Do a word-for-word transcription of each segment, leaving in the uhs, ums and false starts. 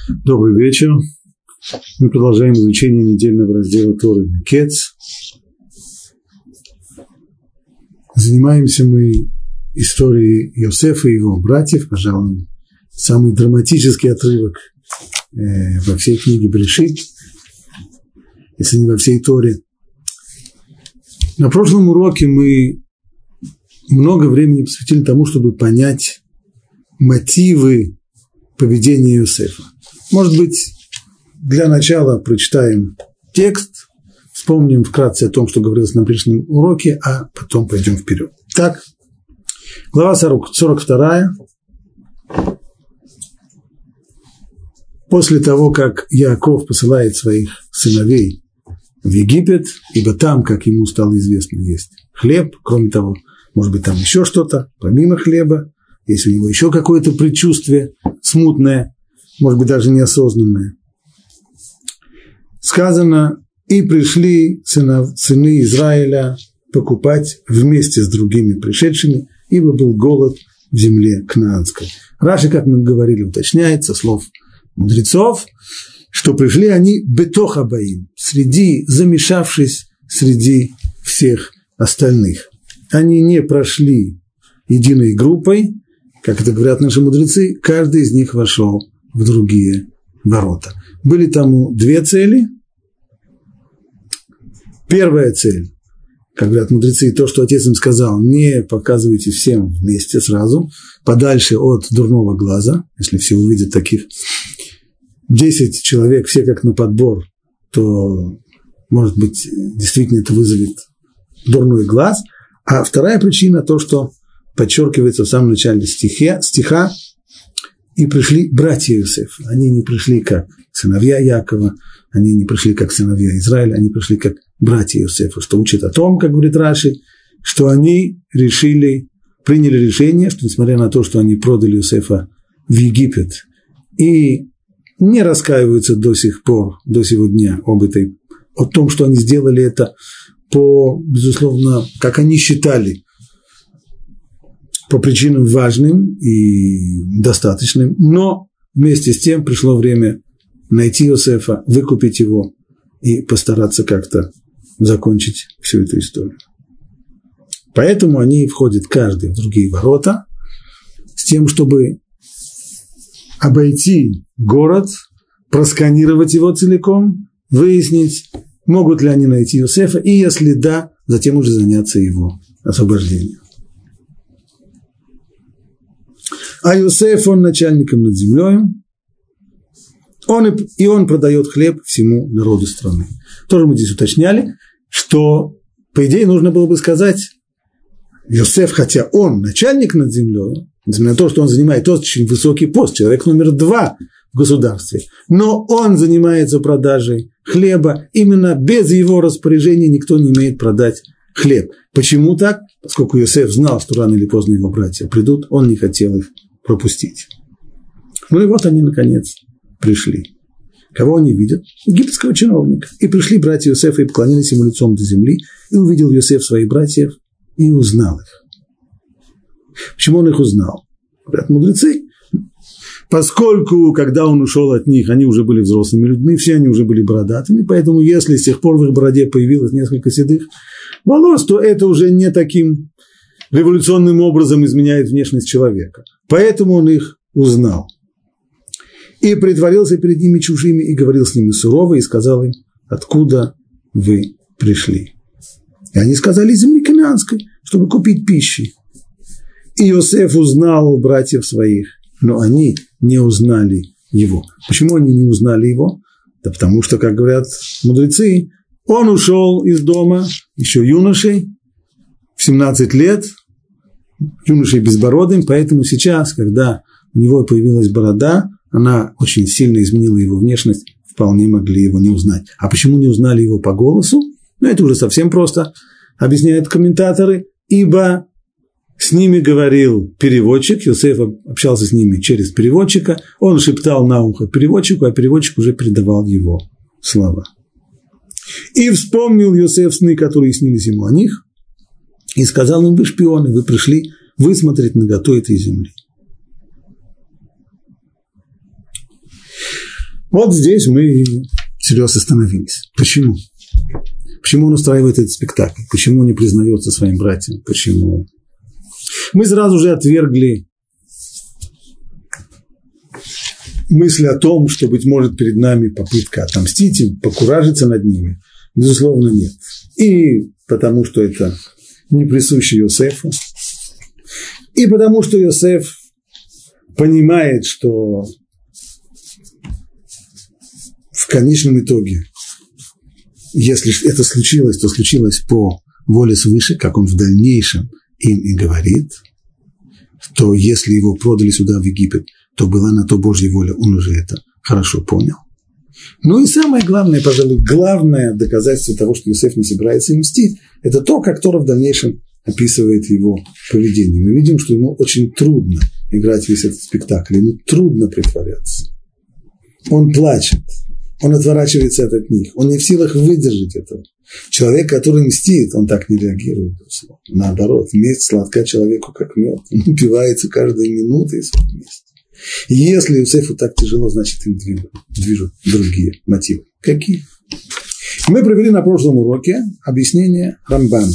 Добрый вечер. Мы продолжаем изучение недельного раздела Торы Микец. Занимаемся мы историей Йосефа и его братьев, пожалуй, самый драматический отрывок э, во всей книге Берешит, если не во всей Торе. На прошлом уроке мы много времени посвятили тому, чтобы понять мотивы поведения Йосефа. Может быть, для начала прочитаем текст, вспомним вкратце о том, что говорилось на прошлом уроке, а потом пойдем вперед. Так, глава сорок вторая. После того, как Яаков посылает своих сыновей в Египет, ибо там, как ему стало известно, есть хлеб, кроме того, может быть, там еще что-то, помимо хлеба, есть у него еще какое-то предчувствие смутное, может быть, даже неосознанное. Сказано, и пришли сына, сыны Израиля покупать вместе с другими пришедшими, ибо был голод в земле Кнаанской. Раши, как мы говорили, уточняет со слов мудрецов, что пришли они бетох абаим, среди, замешавшись среди всех остальных. Они не прошли единой группой, как это говорят наши мудрецы, каждый из них вошел в другие ворота. Были тому две цели. Первая цель, как говорят мудрецы, то, что отец им сказал, не показывайте всем вместе сразу, подальше от дурного глаза, если все увидят таких десять человек, все как на подбор, то, может быть, действительно это вызовет дурной глаз. А вторая причина, то, что подчеркивается в самом начале стихе, стиха, и пришли братья Йосефа. Они не пришли как сыновья Якова, они не пришли как сыновья Израиля, они пришли как братья Йосефа, что учит о том, как говорит Раши, что они решили, приняли решение, что несмотря на то, что они продали Йосефа в Египет и не раскаиваются до сих пор, до сего дня об этой, о том, что они сделали это по, безусловно, как они считали, по причинам важным и достаточным, но вместе с тем пришло время найти Йосефа, выкупить его и постараться как-то закончить всю эту историю. Поэтому они входят каждый в другие ворота с тем, чтобы обойти город, просканировать его целиком, выяснить, могут ли они найти Йосефа, и если да, затем уже заняться его освобождением. А Йосеф, он начальником над землей, он и, и он продает хлеб всему народу страны. Тоже мы здесь уточняли, что, по идее, нужно было бы сказать, Йосеф, хотя он начальник над землей, несмотря на то, что он занимает очень высокий пост, человек номер два в государстве, но он занимается продажей хлеба, именно без его распоряжения никто не имеет продать хлеб. Почему так? Поскольку Йосеф знал, что рано или поздно его братья придут, он не хотел их пропустить. Ну и вот они, наконец, пришли. Кого они видят? Египетского чиновника. И пришли братья Йосефа и поклонились ему лицом до земли, и увидел Йосеф своих братьев и узнал их. Почему он их узнал? Говорят мудрецы. Поскольку, когда он ушел от них, они уже были взрослыми людьми, все они уже были бородатыми, поэтому если с тех пор в их бороде появилось несколько седых волос, то это уже не таким революционным образом изменяет внешность человека. Поэтому он их узнал. И притворился перед ними чужими, и говорил с ними сурово, и сказал им, откуда вы пришли. И они сказали, из земли Кнаанской, чтобы купить пищи. И Йосеф узнал братьев своих, но они не узнали его. Почему они не узнали его? Да потому что, как говорят мудрецы, он ушел из дома еще юношей, в семнадцать лет, юношей безбородым, поэтому сейчас, когда у него появилась борода, она очень сильно изменила его внешность, вполне могли его не узнать. А почему не узнали его по голосу? Ну, это уже совсем просто, объясняют комментаторы, ибо с ними говорил переводчик, Йосеф общался с ними через переводчика, он шептал на ухо переводчику, а переводчик уже передавал его слова. И вспомнил Йосеф сны, которые снились ему о них, и сказал им, вы шпионы, вы пришли высмотреть наготу этой земли. Вот здесь мы серьезно остановились. Почему? Почему он устраивает этот спектакль? Почему не признается своим братьям? Почему? Мы сразу же отвергли мысль о том, что, быть может, перед нами попытка отомстить и покуражиться над ними. Безусловно, нет. И потому, что это не присуще Йосефу, и потому, что Йосеф понимает, что в конечном итоге, если это случилось, то случилось по воле свыше, как он в дальнейшем им и говорит, то если его продали сюда, в Египет, то была на то Божья воля, он уже это хорошо понял. Ну и самое главное, пожалуй, главное доказательство того, что Йосеф не собирается им мстить, это то, как Тора в дальнейшем описывает его поведение. Мы видим, что ему очень трудно играть весь этот спектакль, ему трудно притворяться. Он плачет, он отворачивается от них, он не в силах выдержать этого. Человек, который мстит, он так не реагирует. Наоборот, месть сладка человеку, как мед. Он упивается каждой минутой своей мести. И если Йосефу так тяжело, значит, им движут, движут другие мотивы. Какие? Мы провели на прошлом уроке объяснение Рамбана.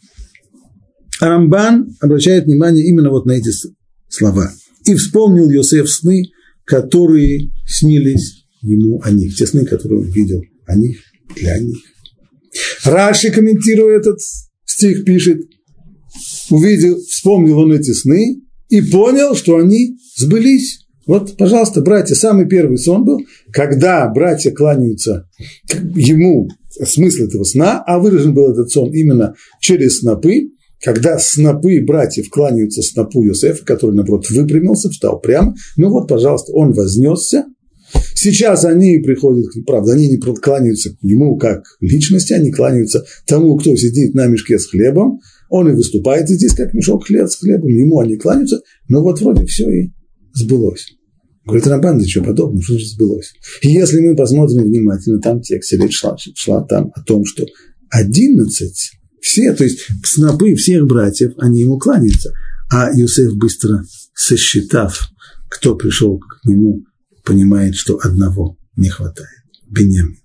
А Рамбан обращает внимание именно вот на эти слова. «И вспомнил Йосеф сны, которые снились ему о них». Те сны, которые он видел о них, для них. Раши, комментируя этот стих, пишет: увидел, вспомнил он эти сны и понял, что они сбылись. Вот, пожалуйста, братья, самый первый сон был, когда братья кланяются ему, смысл этого сна, а выражен был этот сон именно через снопы, когда снопы братьев кланяются снопу Йосефа, который, наоборот, выпрямился, встал прямо. Ну вот, пожалуйста, он вознесся. Сейчас они приходят, правда, они не кланяются ему как личности, они кланяются тому, кто сидит на мешке с хлебом. Он и выступает здесь как мешок хлеб с хлебом, ему они кланяются. Но вот вроде все и сбылось. Говорит Рамбан, ничего подобного, что же сбылось. И если мы посмотрим внимательно, там в тексте речь шла, шла там о том, что одиннадцать, все, то есть снопы всех братьев, они ему кланяются. А Йосеф, быстро сосчитав, кто пришел к нему, понимает, что одного не хватает. Биньямина.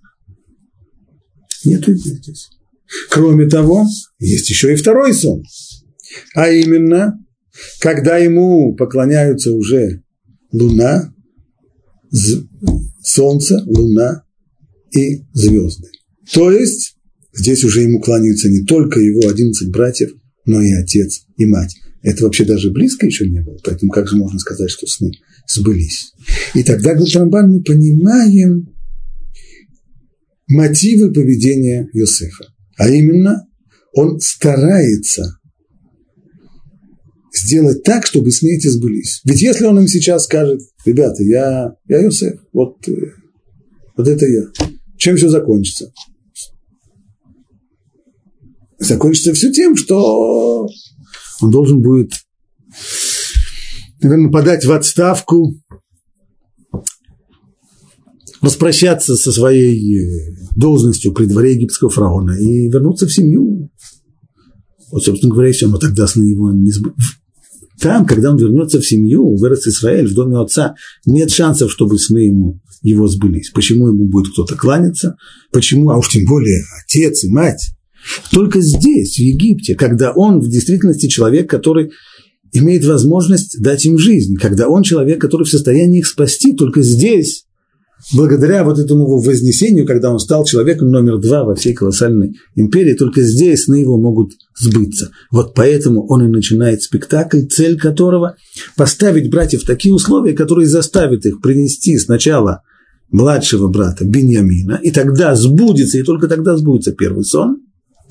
Нету здесь. Кроме того, есть еще и второй сон. А именно, когда ему поклоняются уже луна, солнце, луна и звезды. То есть, здесь уже ему кланяются не только его одиннадцать братьев, но и отец, и мать. Это вообще даже близко еще не было, поэтому как же можно сказать, что сны сбылись? И тогда, говорит Рамбан, мы понимаем мотивы поведения Йосефа. А именно, он старается сделать так, чтобы сны эти сбылись. Ведь если он им сейчас скажет: ребята, я, я Йосеф, вот, вот это я, чем все закончится? Закончится все тем, что он должен будет, наверное, подать в отставку, распрощаться со своей должностью при дворе египетского фараона и вернуться в семью. Вот, собственно говоря, и все, но тогда сны его не сбылись. Там, когда он вернется в семью, в Эрец-Исраэль, в доме отца, нет шансов, чтобы сны ему, его сбылись. Почему ему будет кто-то кланяться? Почему? А уж тем более отец и мать. Только здесь, в Египте, когда он в действительности человек, который имеет возможность дать им жизнь, когда он человек, который в состоянии их спасти, только здесь, благодаря вот этому вознесению, когда он стал человеком номер два во всей колоссальной империи, только здесь сны его могут сбыться. Вот поэтому он и начинает спектакль, цель которого – поставить братьев в такие условия, которые заставят их принести сначала младшего брата Биньямина, и тогда сбудется, и только тогда сбудется первый сон,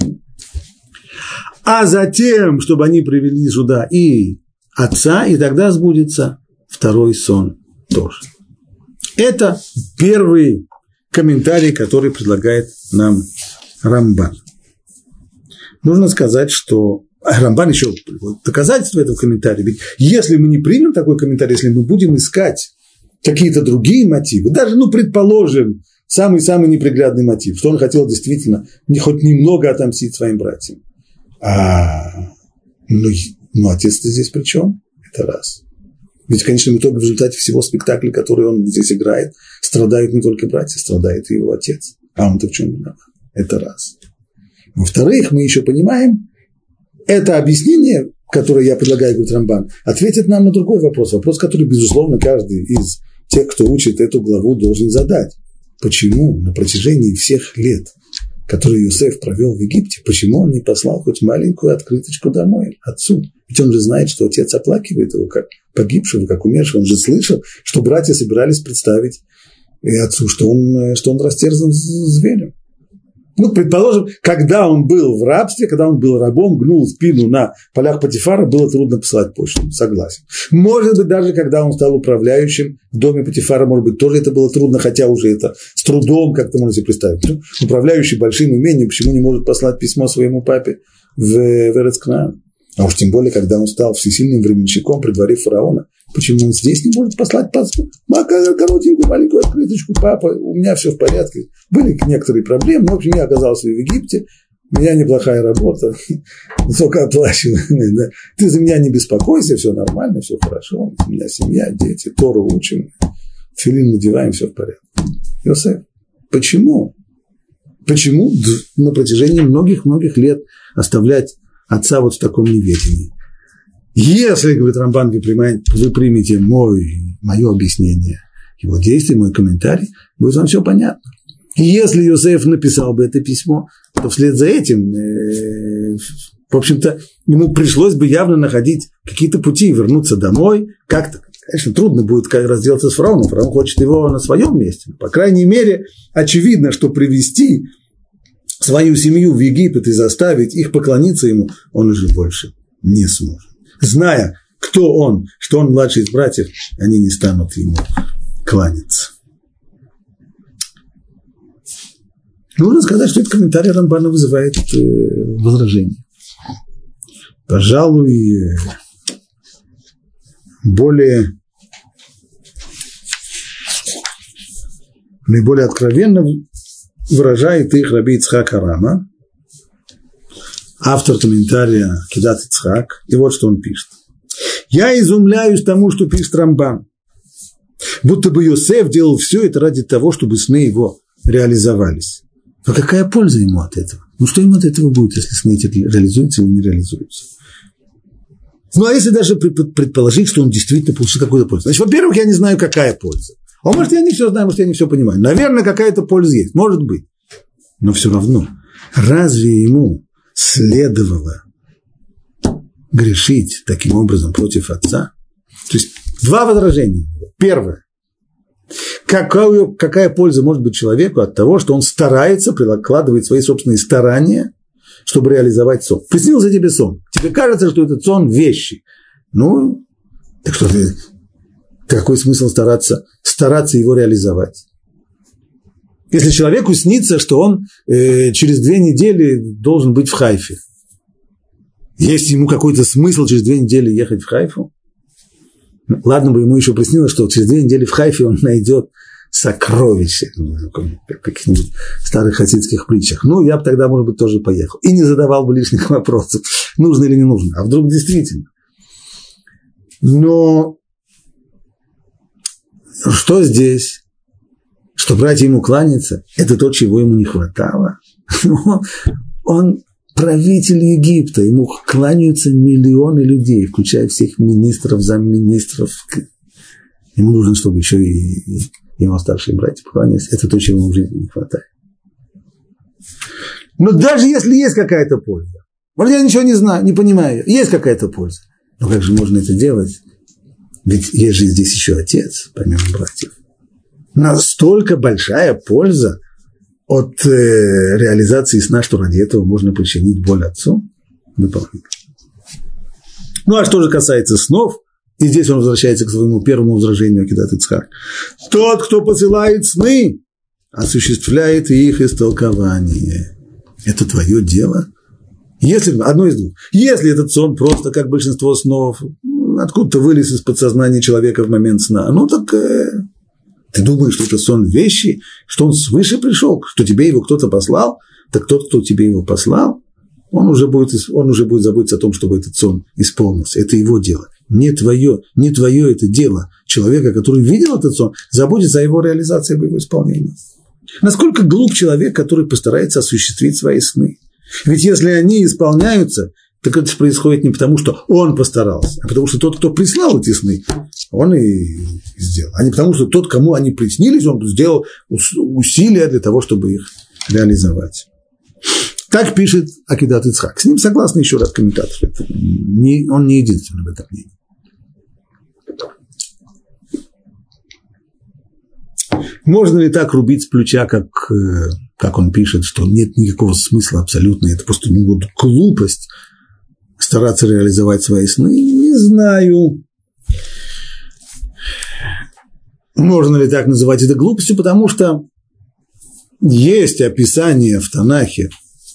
а затем, чтобы они привели сюда и отца, и тогда сбудется второй сон тоже. Это первый комментарий, который предлагает нам Рамбан. Нужно сказать, что Рамбан еще доказательство этого комментария. Ведь если мы не примем такой комментарий, если мы будем искать какие-то другие мотивы, даже, ну, предположим, самый-самый неприглядный мотив, что он хотел действительно не, хоть немного отомстить своим братьям. А, ну, ну отец-то здесь при чем? Это раз. Ведь в конечном итоге в результате всего спектакля, который он здесь играет, страдают не только братья, страдает и его отец. А он-то в чем виноват? Это раз. Во-вторых, мы еще понимаем, это объяснение, которое я предлагаю, говорит Рамбан, ответит нам на другой вопрос. Вопрос, который, безусловно, каждый из тех, кто учит эту главу, должен задать. Почему на протяжении всех лет, которые Йосеф провел в Египте, почему он не послал хоть маленькую открыточку домой отцу? Ведь он же знает, что отец оплакивает его как погибшего, как умершего. Он же слышал, что братья собирались представить отцу, что он, что он растерзан зверем. Ну, предположим, когда он был в рабстве, когда он был рабом, гнул спину на полях Потифара, было трудно посылать почту, согласен. Может быть, даже когда он стал управляющим в доме Потифара, может быть, тоже это было трудно, хотя уже это с трудом, как-то можно себе представить. Ну, управляющий большим имением, почему не может послать письмо своему папе в, в Эрец Кнаан? А уж тем более, когда он стал всесильным временщиком при дворе фараона, почему он здесь не может послать паспорт? Коротенькую маленькую открыточку: папа, у меня все в порядке. Были некоторые проблемы, но, в общем, я оказался в Египте, у меня неплохая работа, высокооплачиваемая, да. Ты за меня не беспокойся, все нормально, все хорошо, у меня семья, дети, Тору учим, тфилин надеваем, все в порядке. Йосеф, почему? Почему на протяжении многих-многих лет оставлять отца вот в таком неведении? Если, говорит Рамбан, вы примете, вы примете мой, мое объяснение, его действия, мой комментарий, будет вам все понятно. И если Йосеф написал бы это письмо, то вслед за этим, э, в общем-то, ему пришлось бы явно находить какие-то пути, вернуться домой. Как-то, конечно, трудно будет как разделаться с фараоном. Фараон хочет его на своем месте. По крайней мере, очевидно, что привести свою семью в Египет и заставить их поклониться ему, он уже больше не сможет. Зная, кто он, что он младший из братьев, они не станут ему кланяться. Нужно сказать, что этот комментарий Рамбана вызывает э, возражение. Пожалуй, э, более, наиболее откровенно выражает их Раби Ицхак Арама, автор комментария Кидат Ицхак, и вот что он пишет. «Я изумляюсь тому, что пишет Рамбан, будто бы Йосеф делал все это ради того, чтобы сны его реализовались. Но какая польза ему от этого? Ну, что ему от этого будет, если сны эти реализуются или не реализуются? Ну, а если даже предположить, что он действительно получил какую-то пользу? Значит, во-первых, я не знаю, какая польза. А может, я не все знаю, может, я не все понимаю. Наверное, какая-то польза есть, может быть. Но все равно, разве ему следовало грешить таким образом против отца? То есть, два возражения. Первое. Какая, какая польза может быть человеку от того, что он старается, прикладывает свои собственные старания, чтобы реализовать сон? Приснился тебе сон. Тебе кажется, что этот сон – вещи. Ну, так что ты, какой смысл стараться, стараться его реализовать? Если человеку снится, что он э, через две недели должен быть в Хайфе, есть ему какой-то смысл через две недели ехать в Хайфу? Ладно бы ему еще приснилось, что через две недели в Хайфе он найдет сокровища в каких-нибудь старых хасидских притчах. Ну, я бы тогда, может быть, тоже поехал. И не задавал бы лишних вопросов, нужно или не нужно. А вдруг действительно. Но что здесь? Что братья ему кланяются, это то, чего ему не хватало. Он правитель Египта, ему кланяются миллионы людей, включая всех министров, замминистров. Ему нужно, чтобы еще и его старшие братья поклонялись. Это то, чего ему в жизни не хватает. Но даже если есть какая-то польза, может, я ничего не знаю, не понимаю, есть какая-то польза, но как же можно это делать? Ведь есть же здесь еще отец, помимо братьев. Настолько большая польза от э, реализации сна, что ради этого можно причинить боль отцу дополнительно. Ну, а что же касается снов, и здесь он возвращается к своему первому возражению Кидат Ицхак. Тот, кто посылает сны, осуществляет их истолкование. Это твое дело? Если, одно из двух. Если этот сон просто, как большинство снов, откуда-то вылез из подсознания человека в момент сна, ну так... Э, Ты думаешь, что это сон вещи, что он свыше пришел, что тебе его кто-то послал? Так тот, кто тебе его послал, он уже будет, он уже будет заботиться о том, чтобы этот сон исполнился. Это его дело. Не твое, не твое это дело человека, который видел этот сон, заботиться о его реализации, об его исполнении. Насколько глуп человек, который постарается осуществить свои сны. Ведь если они исполняются, так это происходит не потому, что он постарался, а потому что тот, кто прислал эти сны, он и сделал. А не потому, что тот, кому они приснились, он сделал усилия для того, чтобы их реализовать. Так пишет Акидат Ицхак. С ним согласны еще раз комментаторы. Не, он не единственный в этом мнении. Можно ли так рубить с плеча, как, как он пишет, что нет никакого смысла абсолютно, это просто ну, вот, глупость стараться реализовать свои сны? Не знаю. Можно ли так называть это глупостью, потому что есть описание в Танахе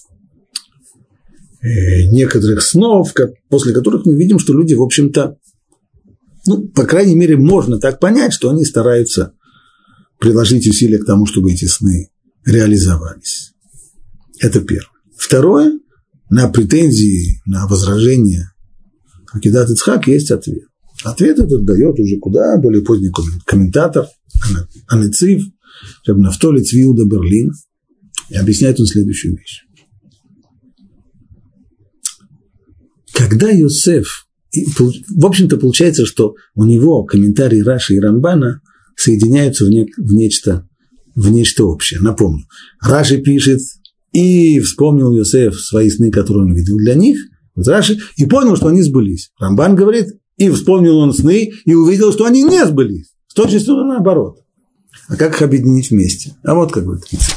некоторых снов, после которых мы видим, что люди, в общем-то, ну, по крайней мере, можно так понять, что они стараются приложить усилия к тому, чтобы эти сны реализовались. Это первое. Второе, на претензии, на возражения Акидат Ицхак есть ответ. Ответ этот дает уже куда более поздний комментатор Анецив, Реб Нафтоли Цви Иуда Берлин, и объясняет он следующую вещь. Когда Йосеф, в общем-то получается, что у него комментарии Раши и Рамбана соединяются в, не, в, нечто, в нечто общее. Напомню, Раши пишет, и вспомнил Йосеф свои сны, которые он видел для них, вот Раши, и понял, что они сбылись. Рамбан говорит, и вспомнил он сны, и увидел, что они не сбылись. С точки зрения наоборот. А как их объединить вместе? А вот как бы это.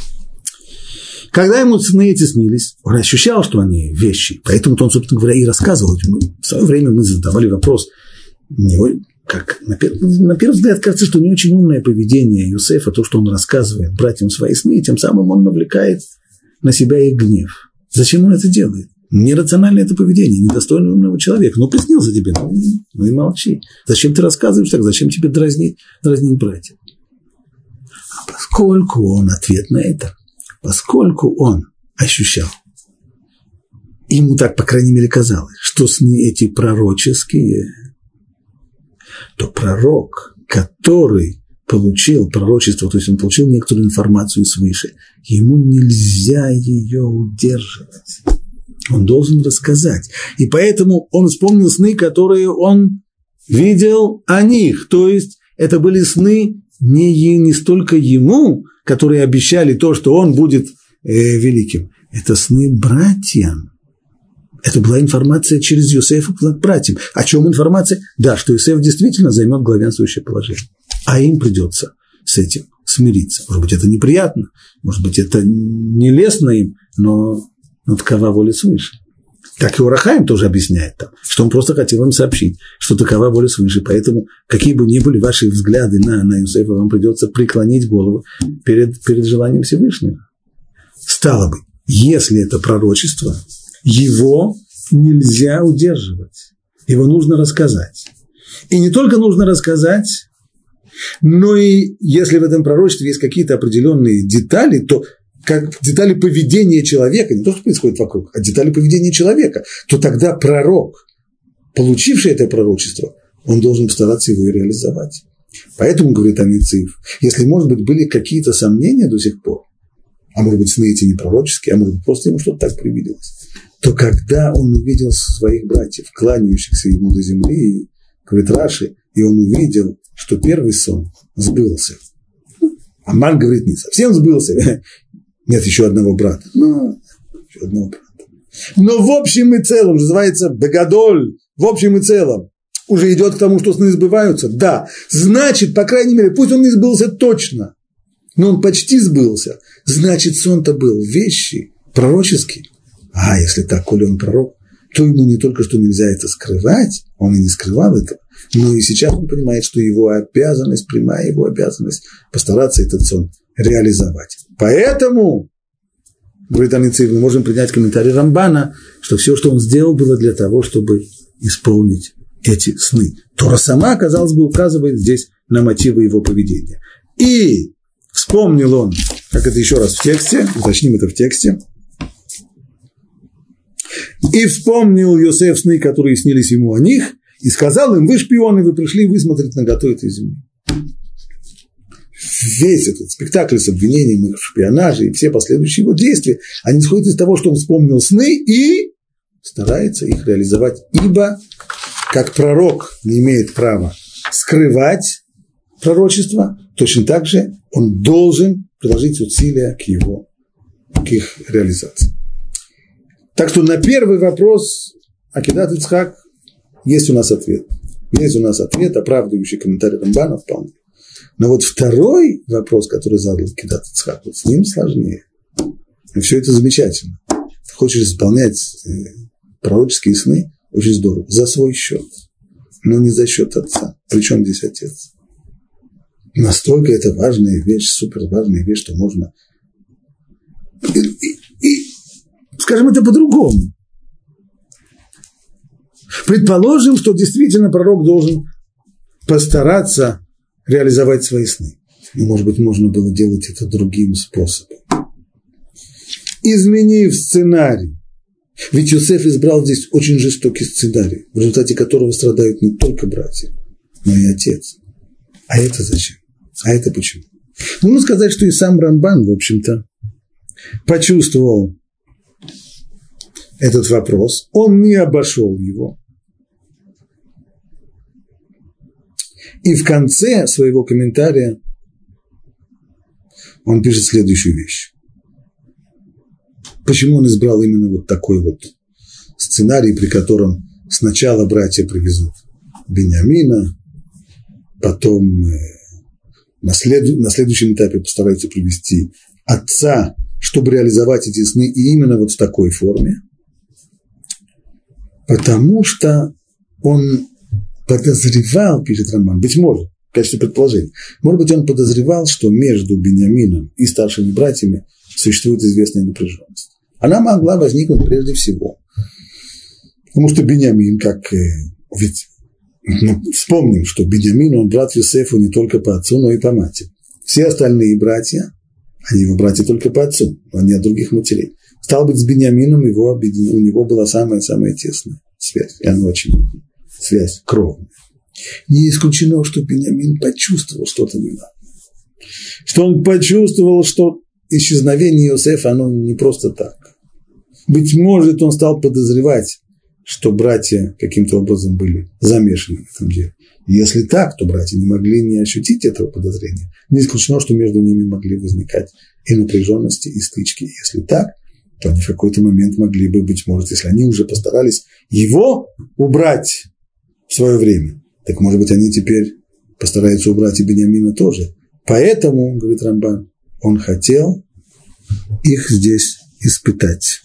Когда ему сны эти снились, он ощущал, что они вещи. Поэтому он, собственно говоря, и рассказывал. Мы, в свое время мы задавали вопрос, не, как, на, пер, на первый взгляд кажется, что не очень умное поведение Йосефа, то, что он рассказывает братьям свои сны, и тем самым он навлекает на себя их гнев. Зачем он это делает? Нерациональное это поведение, недостойное умного человека. Ну, приснился тебе, ну, ну и молчи. Зачем ты рассказываешь так? Зачем тебе дразнить, дразнить братьев? А поскольку он ответ на это, поскольку он ощущал, ему так, по крайней мере, казалось, что сны эти пророческие, то пророк, который получил пророчество, то есть он получил некоторую информацию свыше, ему нельзя ее удерживать. Он должен рассказать. И поэтому он вспомнил сны, которые он видел о них. То есть это были сны не, не столько ему, которые обещали то, что он будет э, великим. Это сны братьям. Это была информация через Йосефа к братьям. О чем информация? Да, что Йосеф действительно займет главенствующее положение. А им придется с этим смириться. Может быть, это неприятно, может быть, это нелестно им, но, но такова воля свыше. Так и Ор ха-Хаим тоже объясняет там, что он просто хотел им сообщить, что такова воля свыше. Поэтому, какие бы ни были ваши взгляды на, на Йосефа, вам придется преклонить голову перед, перед желанием Всевышнего. Стало быть, если это пророчество, его нельзя удерживать. Его нужно рассказать. И не только нужно рассказать, но и если в этом пророчестве есть какие-то определенные детали, то как детали поведения человека, не то, что происходит вокруг, а детали поведения человека, то тогда пророк, получивший это пророчество, он должен постараться его и реализовать. Поэтому, говорит Анецив, если, может быть, были какие-то сомнения до сих пор, а может быть, сны эти не пророческие, а может быть, просто ему что-то так привиделось, то когда он увидел своих братьев, кланяющихся ему до земли, говорит Раши, и он увидел, что первый сон сбылся. Аман говорит, не совсем сбылся, нет еще одного брата. Ну, еще одного брата. Но в общем и целом, называется бегадоль, в общем и целом, уже идет к тому, что сны сбываются. Да, значит, по крайней мере, пусть он не сбылся точно, но он почти сбылся. Значит, сон-то был вещи пророческий. А если так, коли он пророк, то ему не только что нельзя это скрывать, он и не скрывал этого, но и сейчас он понимает, что его обязанность, прямая его обязанность, постараться этот сон реализовать. Поэтому, говорит Анецив, мы можем принять комментарий Рамбана, что все, что он сделал, было для того, чтобы исполнить эти сны. Тора сама, казалось бы, указывает здесь на мотивы его поведения. И вспомнил он, как это еще раз в тексте, уточним это в тексте, И вспомнил Йосеф сны, которые снились ему о них, и сказал им: вы шпионы, вы пришли высмотреть наготу этой земли. Весь этот спектакль с обвинением их в шпионаже и все последующие его действия, они исходят из того, что он вспомнил сны и старается их реализовать. Ибо, как пророк не имеет права скрывать пророчество, точно так же он должен приложить усилия к его, к их реализации. Так что на первый вопрос Акидат Ицхак есть у нас ответ. Есть у нас ответ, оправдывающий комментарий Рамбана вполне. Но вот второй вопрос, который задал Акидат Ицхак, вот с ним сложнее. И все это замечательно. Ты хочешь исполнять пророческие сны, очень здорово, за свой счет, но не за счет отца. Причем здесь отец? Настолько это важная вещь, супер важная вещь, что можно... И, и, и, скажем это по-другому. Предположим, что действительно пророк должен постараться реализовать свои сны. Но, может быть, можно было делать это другим способом. Изменив сценарий. Ведь Йосеф избрал здесь очень жестокий сценарий, в результате которого страдают не только братья, но и отец. А это зачем? А это почему? Нужно сказать, что и сам Рамбан, в общем-то, почувствовал этот вопрос. Он не обошел его. И в конце своего комментария он пишет следующую вещь. Почему он избрал именно вот такой вот сценарий, при котором сначала братья привезут Биньямина, потом на, след... на следующем этапе постараются привести отца, чтобы реализовать эти сны, и именно вот в такой форме? Потому что он подозревал, пишет Рамбан, быть может, в качестве предположения, может быть, он подозревал, что между Биньямином и старшими братьями существует известная напряженность. Она могла возникнуть прежде всего, потому что Биньямин, как ведь ну, вспомним, что Биньямин, он брат Йосефу не только по отцу, но и по матери. Все остальные братья, они его братья только по отцу, но не от других матерей. Стало быть, с Биньямином его, у него была самая-самая тесная связь, и она очень связь кровная. Не исключено, что Биньямин почувствовал что-то неладное. Что он почувствовал, что исчезновение Йосефа, оно не просто так. Быть может, он стал подозревать, что братья каким-то образом были замешаны в этом деле. И если так, то братья не могли не ощутить этого подозрения. Не исключено, что между ними могли возникать и напряженности, и стычки. Если так, то они в какой-то момент могли бы, быть может, если они уже постарались его убрать в свое время, так, может быть, они теперь постараются убрать и Биньямина тоже. Поэтому, говорит Рамбан, он хотел их здесь испытать.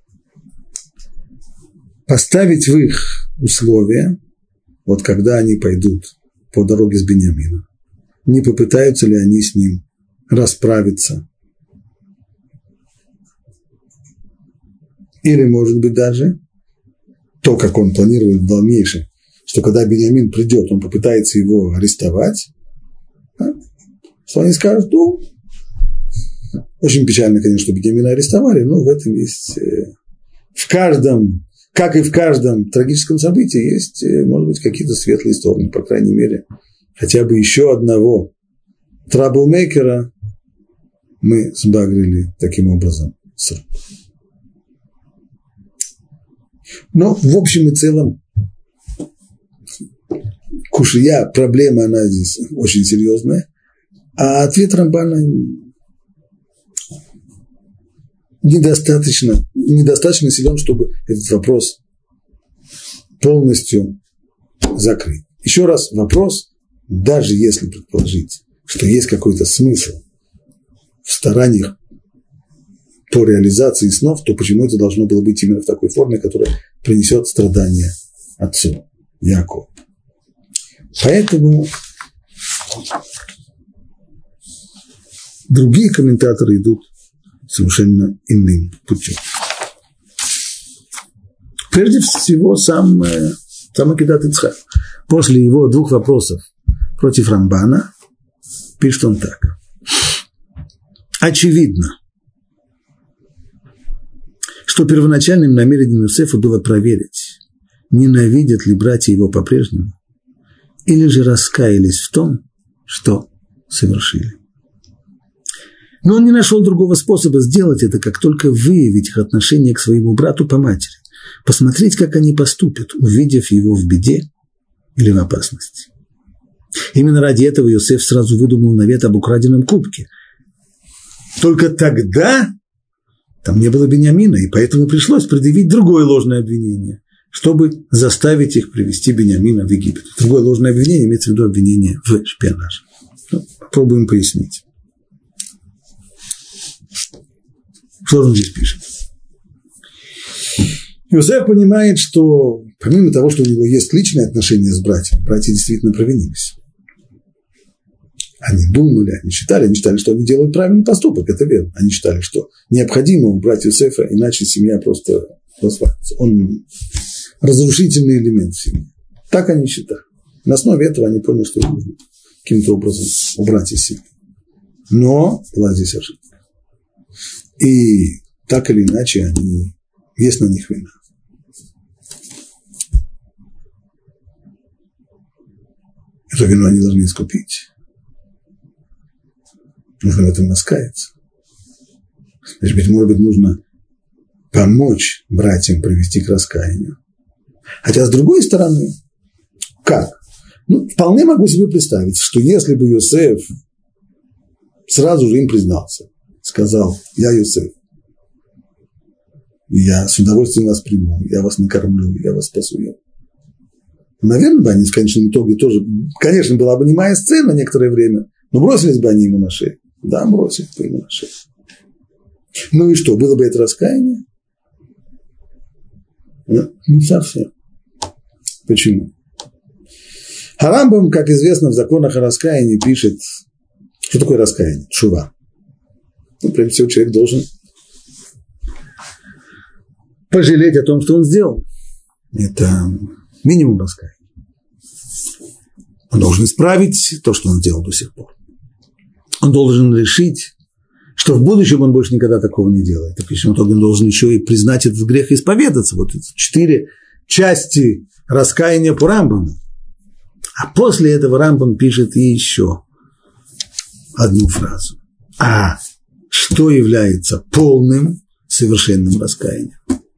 Поставить в их условия, вот когда они пойдут по дороге с Биньямином, не попытаются ли они с ним расправиться. Или, может быть, даже то, как он планирует в дальнейшем, что когда Биньямин придет, он попытается его арестовать, да? Что они скажут, ну, очень печально, конечно, что Биньямина арестовали, но в этом есть, в каждом, как и в каждом трагическом событии, есть, может быть, какие-то светлые стороны, по крайней мере, хотя бы еще одного траблмейкера мы сбагрили таким образом с рук. Но в общем и целом кушия, проблема, она здесь очень серьезная, а ответ Рамбана недостаточно, недостаточно силен, чтобы этот вопрос полностью закрыть. Еще раз вопрос, даже если предположить, что есть какой-то смысл в стараниях по реализации снов, то почему это должно было быть именно в такой форме, которая принесет страдания отцу Якову? Поэтому другие комментаторы идут совершенно иным путем. Прежде всего, сам, сам Акидат Ицхак, после его двух вопросов против Рамбана, пишет он так. Очевидно, что первоначальным намерением Иосифа было проверить, ненавидят ли братья его по-прежнему, или же раскаялись в том, что совершили. Но он не нашел другого способа сделать это, как только выявить их отношение к своему брату по матери, посмотреть, как они поступят, увидев его в беде или в опасности. Именно ради этого Иосиф сразу выдумал навет об украденном кубке. Только тогда там не было Биньямина, и поэтому пришлось предъявить другое ложное обвинение, чтобы заставить их привести Биньямина в Египет. Другое ложное обвинение имеется в виду обвинение в шпионаже. Ну, попробуем пояснить. Что он здесь пишет? Иосиф понимает, что помимо того, что у него есть личные отношения с братьями, братья действительно провинились. Они думали, они считали, они считали, что они делают правильный поступок, это верно. Они считали, что необходимо убрать Иосифа, иначе семья просто развалится. Он разрушительный элемент в семье. Так они считали. На основе этого они поняли, что их нужно каким-то образом убрать из семьи. Но была здесь ошибка. И так или иначе, они, есть на них вина. Эту вину они должны искупить. Нужно в этом раскаяться. Значит, быть, может быть, нужно помочь братьям привести к раскаянию. Хотя, с другой стороны, как? Ну, вполне могу себе представить, что если бы Иосиф сразу же им признался, сказал: я Иосиф, я с удовольствием вас приму, я вас накормлю, я вас спасу. Наверное, бы они в конечном итоге тоже, конечно, была бы немая сцена некоторое время, но бросились бы они ему на шею. Да, бросились бы ему на шею. Ну и что, было бы это раскаяние? Нет, не совсем. Почему? Харамбам, как известно, в законах о раскаянии пишет, что такое раскаяние? Тшува. Ну, прежде всего, человек должен пожалеть о том, что он сделал. Это минимум раскаяния. Он должен исправить то, что он сделал до сих пор. Он должен решить, что в будущем он больше никогда такого не делает. И причем он должен еще и признать этот грех и исповедаться. Вот четыре части раскаяния по Рамбаму. А после этого Рамбам пишет еще одну фразу. А что является полным, совершенным раскаянием?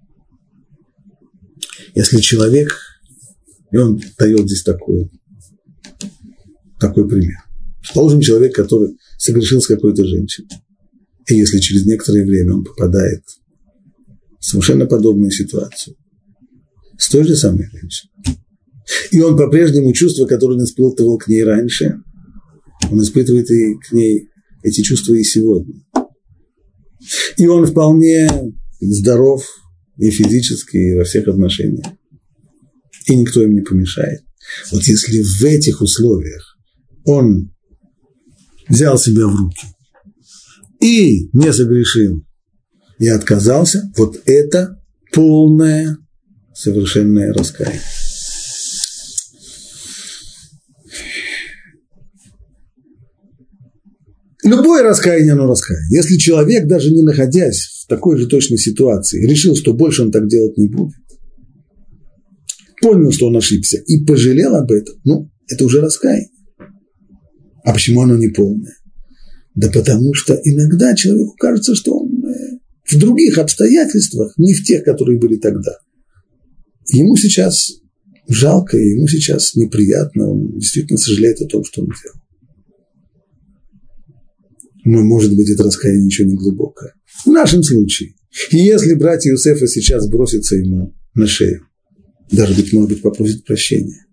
Если человек, и он дает здесь такой, такой пример. Положим, человек, который согрешил с какой-то женщиной, и если через некоторое время он попадает в совершенно подобную ситуацию с той же самой женщиной, и он по-прежнему чувства, которые он испытывал к ней раньше, он испытывает и к ней эти чувства и сегодня. И он вполне здоров и физически, и во всех отношениях. И никто им не помешает. Вот если в этих условиях он взял себя в руки и не согрешил, и отказался, вот это полное, совершенное раскаяние. Любое раскаяние, оно раскаяние. Если человек, даже не находясь в такой же точной ситуации, решил, что больше он так делать не будет, понял, что он ошибся, и пожалел об этом, ну, это уже раскаяние. А почему оно не полное? Да потому что иногда человеку кажется, что он в других обстоятельствах, не в тех, которые были тогда. Ему сейчас жалко, ему сейчас неприятно, он действительно сожалеет о том, что он делал. Но, может быть, это раскаяние ничего не глубокое. В нашем случае. И если братья Иосифа сейчас бросятся ему на шею, даже, быть, может быть, попросить прощения,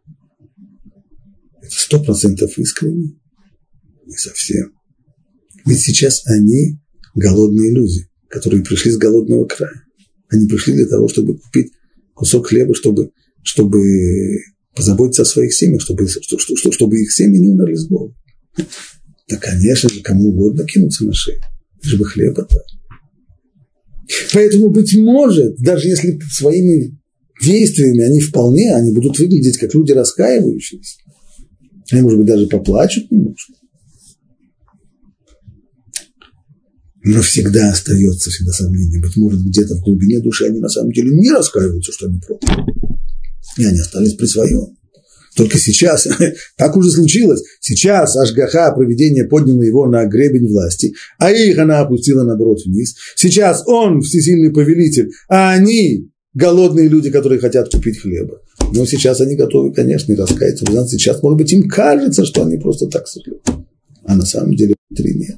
это сто процентов искренне. Не совсем. Ведь сейчас они голодные люди, которые пришли с голодного края. Они пришли для того, чтобы купить кусок хлеба, чтобы, чтобы позаботиться о своих семьях, чтобы, чтобы, чтобы их семьи не умерли с голоду. Да, конечно же, кому угодно кинуться на шею, лишь бы хлеба дать. Поэтому, быть может, даже если своими действиями они вполне, они будут выглядеть как люди раскаивающиеся, они, может быть, даже поплачут немножко. Но всегда остается всегда сомнение. Быть может, где-то в глубине души они на самом деле не раскаиваются, что они против. И они остались при своем. Только сейчас, так уже случилось, сейчас Ашгаха, провидение, подняло его на гребень власти, а их она опустила, наоборот, вниз. Сейчас он всесильный повелитель, а они голодные люди, которые хотят купить хлеба. Но сейчас они готовы, конечно, и раскаяться. Сейчас, может быть, им кажется, что они просто так сожалеют. А на самом деле внутри нет.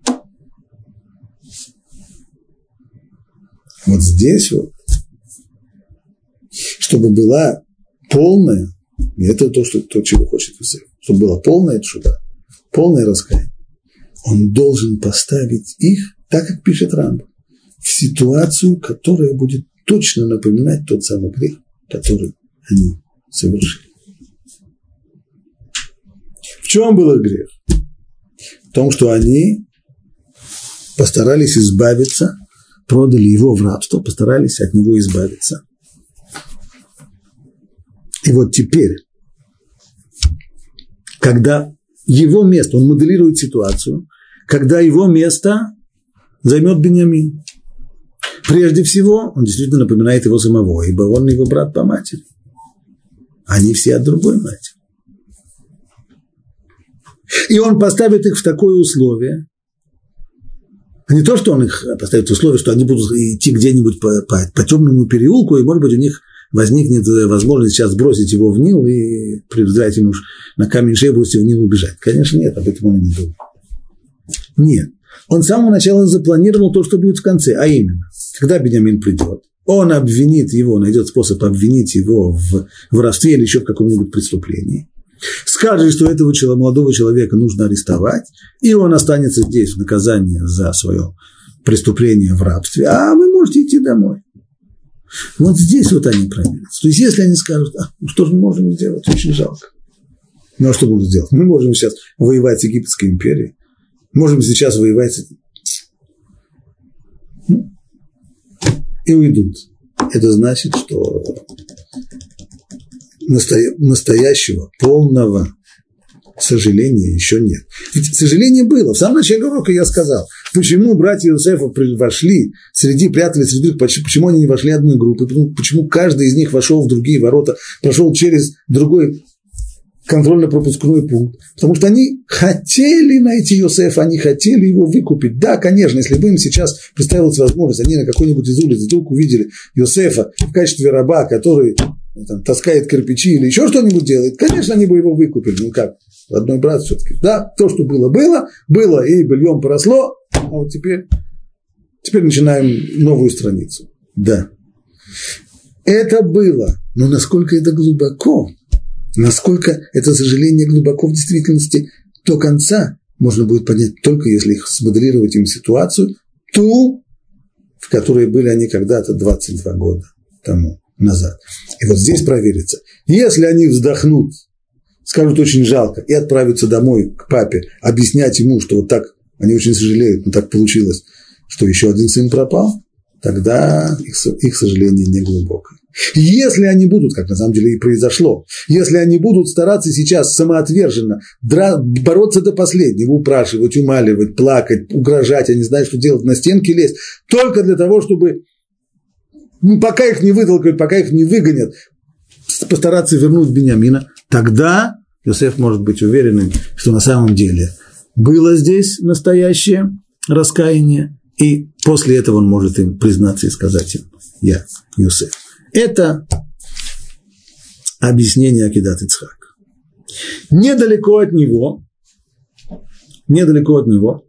Вот здесь вот, чтобы была полная, и это то, что, то, чего хочет Йосеф, чтобы была полная тшува, полное раскаяние, он должен поставить их, так как пишет Рамбам, в ситуацию, которая будет точно напоминать тот самый грех, который они совершили. В чем был их грех? В том, что они постарались избавиться, продали его в рабство, постарались от него избавиться. И вот теперь, когда его место, он моделирует ситуацию, когда его место займет Биньямин. Прежде всего, он действительно напоминает его самого, ибо он его брат по матери. Они все от другой матери. И он поставит их в такое условие, не то, что он их поставит в условие, что они будут идти где-нибудь по, по, по темному переулку, и, может быть, у них возникнет возможность сейчас сбросить его в Нил и предоставить ему на камень шею, бросить в Нил убежать. Конечно, нет, об этом он и не думал. Нет. Он с самого начала запланировал то, что будет в конце, а именно, когда Биньямин придет, он обвинит его, найдет способ обвинить его в воровстве или еще в каком-нибудь преступлении, скажет, что этого молодого человека нужно арестовать, и он останется здесь в наказании за свое преступление в рабстве, а вы можете идти домой. Вот здесь вот они промирятся. То есть, если они скажут, а, ну что же мы можем сделать, очень жалко. Ну, а что будем сделать? Мы можем сейчас воевать с Египетской империей, можем сейчас воевать с... Ну, и уйдут. Это значит, что настоящего, полного сожаления еще нет. Ведь сожаление было. В самом начале урока я сказал, почему братья Йосефа вошли среди, прятались среди, почему они не вошли одной группой, почему каждый из них вошел в другие ворота, прошел через другой контрольно-пропускной пункт. Потому что они хотели найти Йосефа, они хотели его выкупить. Да, конечно, если бы им сейчас представилась возможность, они на какой-нибудь из улиц вдруг увидели Йосефа в качестве раба, который там, таскает кирпичи или еще что-нибудь делает, конечно, они бы его выкупили. Ну как, родной брат все-таки. Да, то, что было, было, было и быльем поросло, а вот теперь, теперь начинаем новую страницу. Да, это было, но насколько это глубоко, насколько это сожаление глубоко в действительности до конца, можно будет понять только если их смоделировать им ситуацию, ту, в которой были они когда-то двадцать два года тому назад. И вот здесь проверится. Если они вздохнут, скажут очень жалко, и отправятся домой к папе, объяснять ему, что вот так, они очень сожалеют, но так получилось, что еще один сын пропал, тогда их, их сожаление не глубокое. Если они будут, как на самом деле и произошло, если они будут стараться сейчас самоотверженно дра- бороться до последнего, упрашивать, умаливать, плакать, угрожать, они знают, что делать, на стенки лезть, только для того, чтобы, ну, пока их не вытолкают, пока их не выгонят, постараться вернуть Биньямина, тогда Йосеф может быть уверенным, что на самом деле было здесь настоящее раскаяние, и после этого он может им признаться и сказать им: я Йосеф. Это объяснение Акидат Ицхак. Недалеко от него, недалеко от него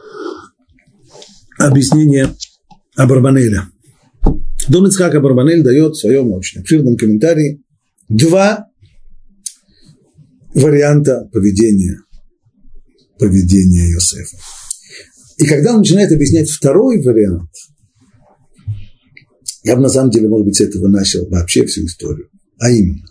объяснение Абарбанеля. Дон Ицхак Абарбанель дает в своем очень обширном комментарии два варианта поведения, поведения Йосефа. И когда он начинает объяснять второй вариант, я бы на самом деле, может быть, с этого начал вообще всю историю. А именно,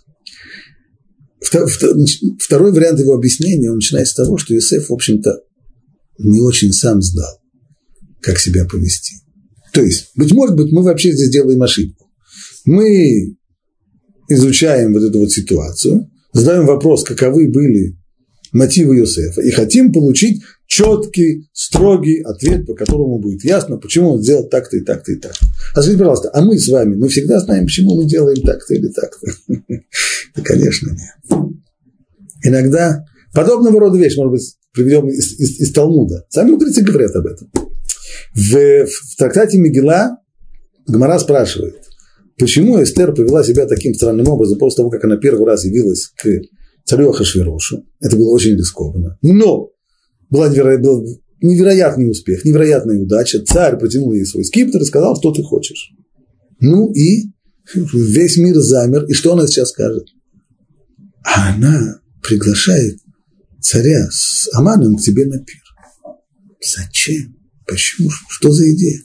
второй вариант его объяснения, он начинает с того, что Йосеф, в общем-то, не очень сам знал, как себя повести. То есть, быть может быть, мы вообще здесь делаем ошибку. Мы изучаем вот эту вот ситуацию, задаем вопрос, каковы были мотивы Йосефа, и хотим получить четкий, строгий ответ, по которому будет ясно, почему он сделал так-то и так-то и так-то. А скажите, пожалуйста, а мы с вами, мы всегда знаем, почему мы делаем так-то или так-то? Да, конечно, нет. Иногда подобного рода вещь, может быть, приведем из, из, из Талмуда. Сами мудрецы говорят об этом. В, в трактате Мегилла Гемара спрашивает, почему Эстер повела себя таким странным образом после того, как она первый раз явилась к царю Ахашверошу. Это было очень рискованно. Но был невероятный успех, невероятная удача. Царь протянул ей свой скипетр и сказал, что ты хочешь. Ну и весь мир замер. И что она сейчас скажет? А она приглашает царя с Аманом к себе на пир. Зачем? Почему? Что за идея?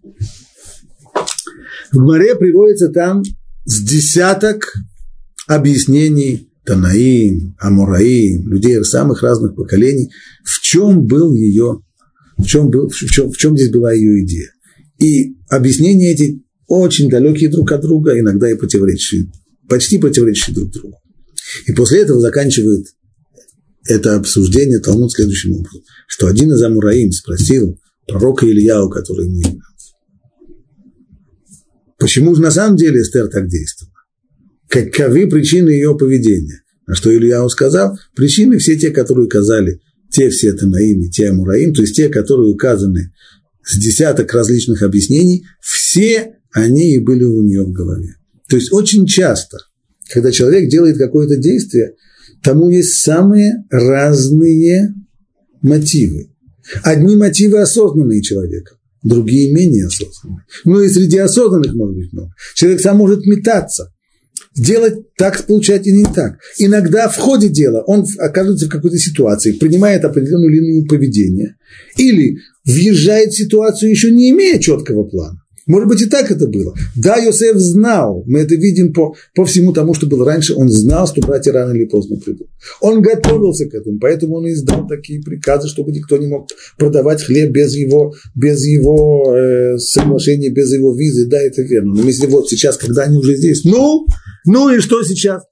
В Гмаре приводится там с десяток объяснений Танаим, Амураим, людей самых разных поколений, в чем был ее, в чем, был, в чем, в чем здесь была ее идея. И объяснения эти очень далекие друг от друга, иногда и противоречащие, почти противоречащие друг другу. И после этого заканчивает это обсуждение Талмуд следующим образом, что один из Амураим спросил пророка Ильяу, который ему являлся, почему же на самом деле Эстер так действовала? Каковы причины ее поведения? На что Ильяу сказал, причины все те, которые указали, те все Танаим и те Амураим, то есть те, которые указаны с десяток различных объяснений, все они и были у нее в голове. То есть очень часто, когда человек делает какое-то действие, тому есть самые разные мотивы. Одни мотивы осознанные человека, другие менее осознанные. Но и среди осознанных может быть много. Человек сам может метаться, делать так, получать и не так. Иногда в ходе дела он оказывается в какой-то ситуации, принимает определенную линию поведения или въезжает в ситуацию, еще не имея четкого плана. Может быть, и так это было. Да, Йосеф знал, мы это видим по, по всему тому, что было раньше, он знал, что братья рано или поздно придут. Он готовился к этому, поэтому он издал такие приказы, чтобы никто не мог продавать хлеб без его, без его э, соглашения, без его визы. Да, это верно. Но если вот сейчас, когда они уже здесь, ну, ну и что сейчас?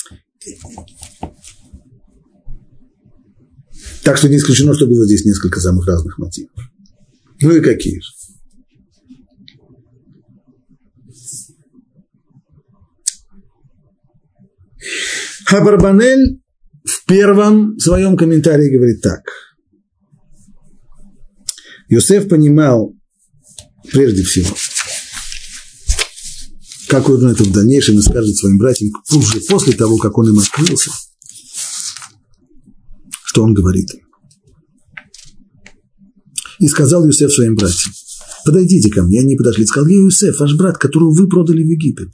Так что не исключено, что было здесь несколько самых разных мотивов. Ну и какие же? Абарбанель в первом своем комментарии говорит так. Йосеф понимал, прежде всего, как он это в дальнейшем и скажет своим братьям, уже после того, как он им открылся, что он говорит им. И сказал Йосеф своим братьям, подойдите ко мне. Они подошли и сказал, я Йосеф, ваш брат, которого вы продали в Египет.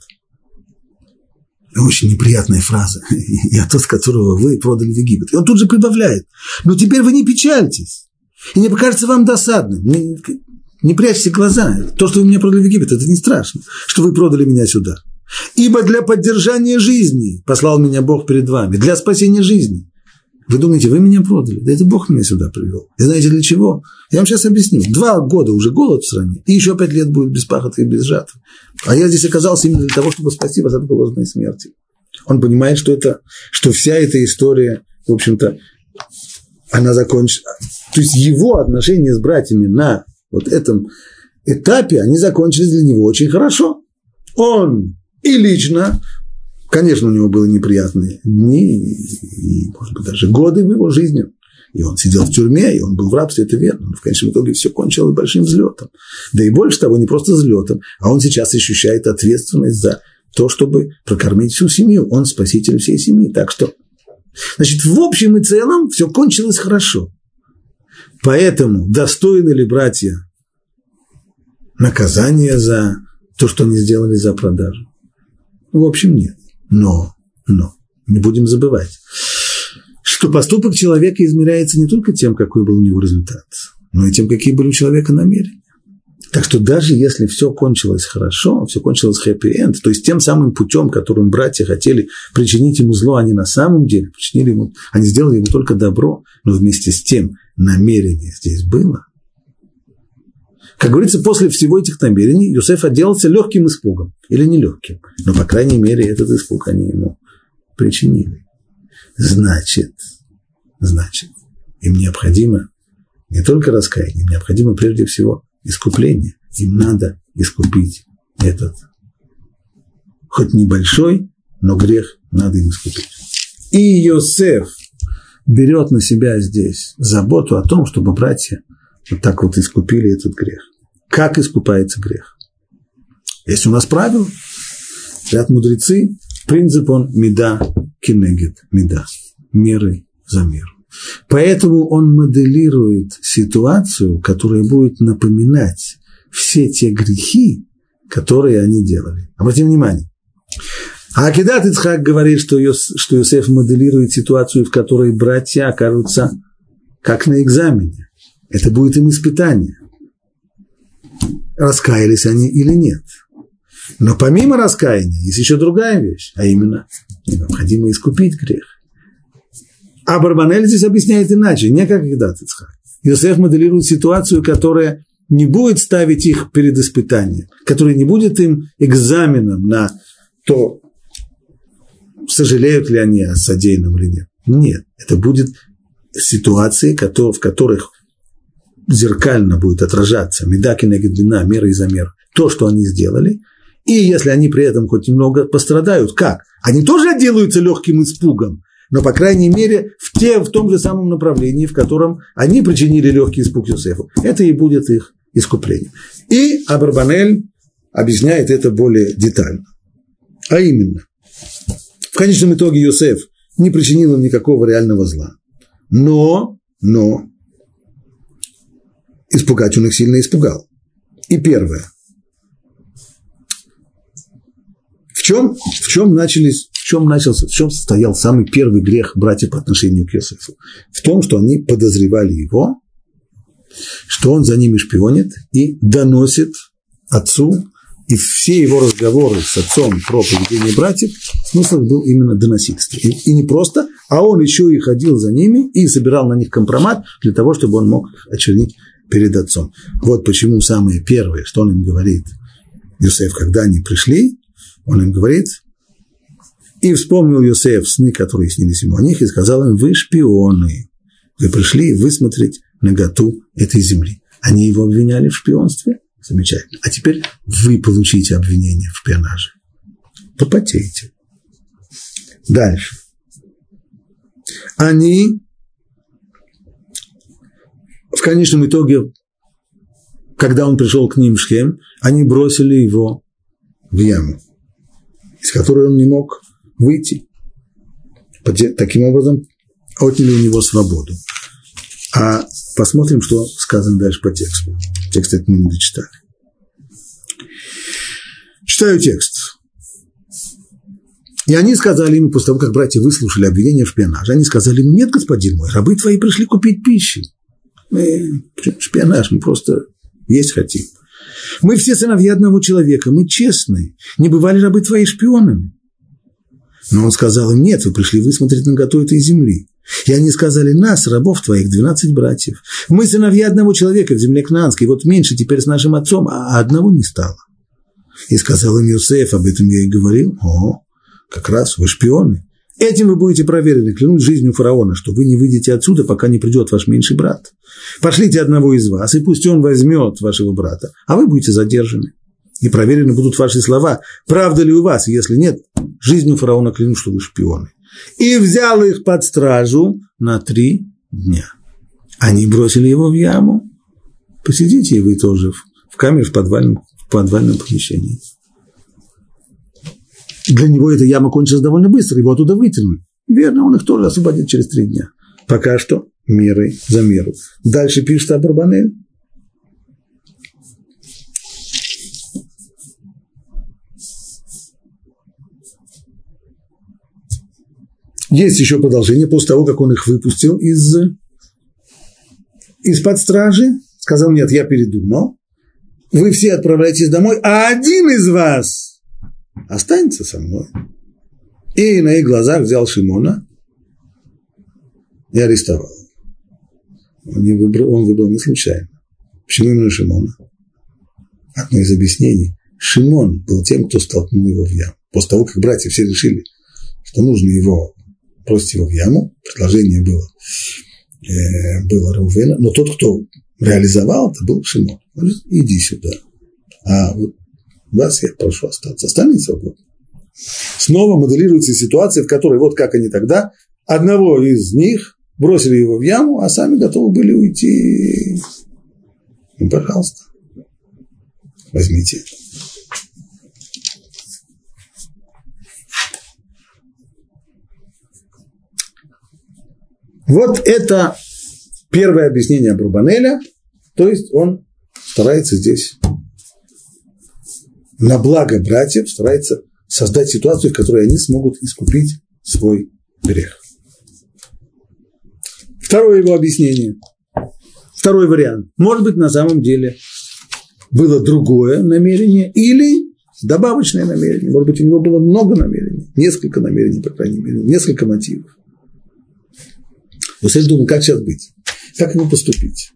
Очень неприятная фраза. Я тот, которого вы продали в Египет. И он тут же прибавляет. Но теперь вы не печальтесь. И не покажется вам досадным. Не, не прячьте глаза. То, что вы меня продали в Египет, это не страшно, что вы продали меня сюда. Ибо для поддержания жизни послал меня Бог перед вами. Для спасения жизни. Вы думаете, вы меня продали? Да это Бог меня сюда привел. И знаете для чего? Я вам сейчас объясню. Два года уже голод в стране, и еще пять лет будет без пахоты и без жатвы. А я здесь оказался именно для того, чтобы спасти вас от голодной смерти. Он понимает, что, это, что вся эта история, в общем-то, она закончена. То есть его отношения с братьями на вот этом этапе, они закончились для него очень хорошо. Он и лично... Конечно, у него были неприятные дни, и, может быть, даже годы в его жизни. И он сидел в тюрьме, и он был в рабстве, это верно. Но в конечном итоге все кончилось большим взлетом. Да и больше того, не просто взлетом, а он сейчас ощущает ответственность за то, чтобы прокормить всю семью. Он спаситель всей семьи. Так что, значит, в общем и целом все кончилось хорошо. Поэтому достойны ли братья наказания за то, что они сделали за продажу? В общем, нет. Но, но, не будем забывать, что поступок человека измеряется не только тем, какой был у него результат, но и тем, какие были у человека намерения. Так что даже если все кончилось хорошо, все кончилось хэппи-энд, то есть тем самым путем, которым братья хотели причинить ему зло, они на самом деле причинили ему, они сделали ему только добро, но вместе с тем намерение здесь было. Как говорится, после всего этих намерений Йосеф отделался легким испугом. Или нелегким. Но, по крайней мере, этот испуг они ему причинили. Значит, значит, им необходимо не только раскаяние, необходимо прежде всего искупление. Им надо искупить этот, хоть небольшой, но грех надо им искупить. И Йосеф берет на себя здесь заботу о том, чтобы братья вот так вот искупили этот грех. Как искупается грех? Есть у нас правило, говорят мудрецы, принцип он мида кинегет мида, меры за меру. Поэтому он моделирует ситуацию, которая будет напоминать все те грехи, которые они делали. Обратите внимание. А Акидат Ицхак говорит, что, Йос, что Йосеф моделирует ситуацию, в которой братья окажутся как на экзамене. Это будет им испытание. Раскаялись они или нет. Но помимо раскаяния есть еще другая вещь, а именно необходимо искупить грех. А Барбанель здесь объясняет иначе, не как Акидат Ицхак. Йосеф моделирует ситуацию, которая не будет ставить их перед испытанием, которая не будет им экзаменом на то, сожалеют ли они о содеянном или нет. Нет, это будет ситуации, в которых зеркально будет отражаться мида кинегет длина, мера и замер, то, что они сделали, и если они при этом хоть немного пострадают, как? Они тоже отделаются легким испугом, но, по крайней мере, в, те, в том же самом направлении, в котором они причинили легкий испуг Йосефу. Это и будет их искуплением. И Абарбанель объясняет это более детально. А именно, в конечном итоге Йосеф не причинил им никакого реального зла. Но, но, испугать он их сильно испугал. И первое. В чем, в чем начались, в чем начался, в чем состоял самый первый грех братьев по отношению к Йосефу? В том, что они подозревали его, что он за ними шпионит и доносит отцу, и все его разговоры с отцом про поведение братьев, смысл был именно доносительство. И, и не просто, а он еще и ходил за ними и собирал на них компромат для того, чтобы он мог очернить перед отцом. Вот почему самое первое, что он им говорит, Йосеф, когда они пришли, он им говорит, и вспомнил Йосеф сны, которые снились ему о них, и сказал им, вы шпионы, вы пришли высмотреть наготу этой земли. Они его обвиняли в шпионстве? Замечательно. А теперь вы получите обвинение в шпионаже. Попотеете. Дальше. Они в конечном итоге, когда он пришел к ним в Шхем, они бросили его в яму, из которой он не мог выйти. Таким образом, отняли у него свободу. А посмотрим, что сказано дальше по тексту. Текст этот мы не дочитали. Читаю текст. И они сказали ему, после того, как братья выслушали обвинение в шпионаже, они сказали ему, нет, господин мой, рабы твои пришли купить пищи. Мы, шпионаж, мы просто есть хотим. Мы все сыновья одного человека, мы честные, не бывали рабы твои шпионами. Но он сказал им, нет, вы пришли высмотреть наготу этой земли. И они сказали, нас, рабов твоих, двенадцать братьев. Мы сыновья одного человека в земле Кнаанской, вот меньше теперь с нашим отцом, а одного не стало. И сказал им Йосеф, об этом я и говорил, о, как раз вы шпионы. Этим вы будете проверены, клянусь жизнью фараона, что вы не выйдете отсюда, пока не придет ваш меньший брат. Пошлите одного из вас, и пусть он возьмет вашего брата, а вы будете задержаны. И проверены будут ваши слова, правда ли у вас, и если нет, жизнью фараона клянусь, что вы шпионы. И взял их под стражу на три дня. Они бросили его в яму. Посидите и вы тоже в камере, в подвальном, в подвальном помещении. Для него эта яма кончилась довольно быстро, его оттуда вытянули. Верно, он их тоже освободит через три дня. Пока что мерой за меру. Дальше пишет Абарбанель. Есть еще продолжение, после того, как он их выпустил из, из-под стражи. Сказал, нет, я передумал. Вы все отправляйтесь домой, а один из вас останется со мной. И на их глазах взял Шимона и арестовал. Он, не выбрал, он выбрал не случайно. Почему именно Шимона? Одно из объяснений. Шимон был тем, кто столкнул его в яму. После того, как братья все решили, что нужно его бросить его в яму, предложение было э, было Реувена, но тот, кто реализовал, это был Шимон. Он говорит, иди сюда. А вот вас я прошу остаться. Остальные свободны. Снова моделируется ситуация, в которой, вот как они тогда, одного из них бросили его в яму, а сами готовы были уйти. Ну, пожалуйста, возьмите. Вот это первое объяснение Абурбанеля, то есть он старается здесь на благо братьев, старается создать ситуацию, в которой они смогут искупить свой грех. Второе его объяснение, второй вариант. Может быть, на самом деле было другое намерение или добавочное намерение. Может быть, у него было много намерений, несколько намерений, по крайней мере, несколько мотивов. Йосеф думал, как сейчас быть, как ему поступить.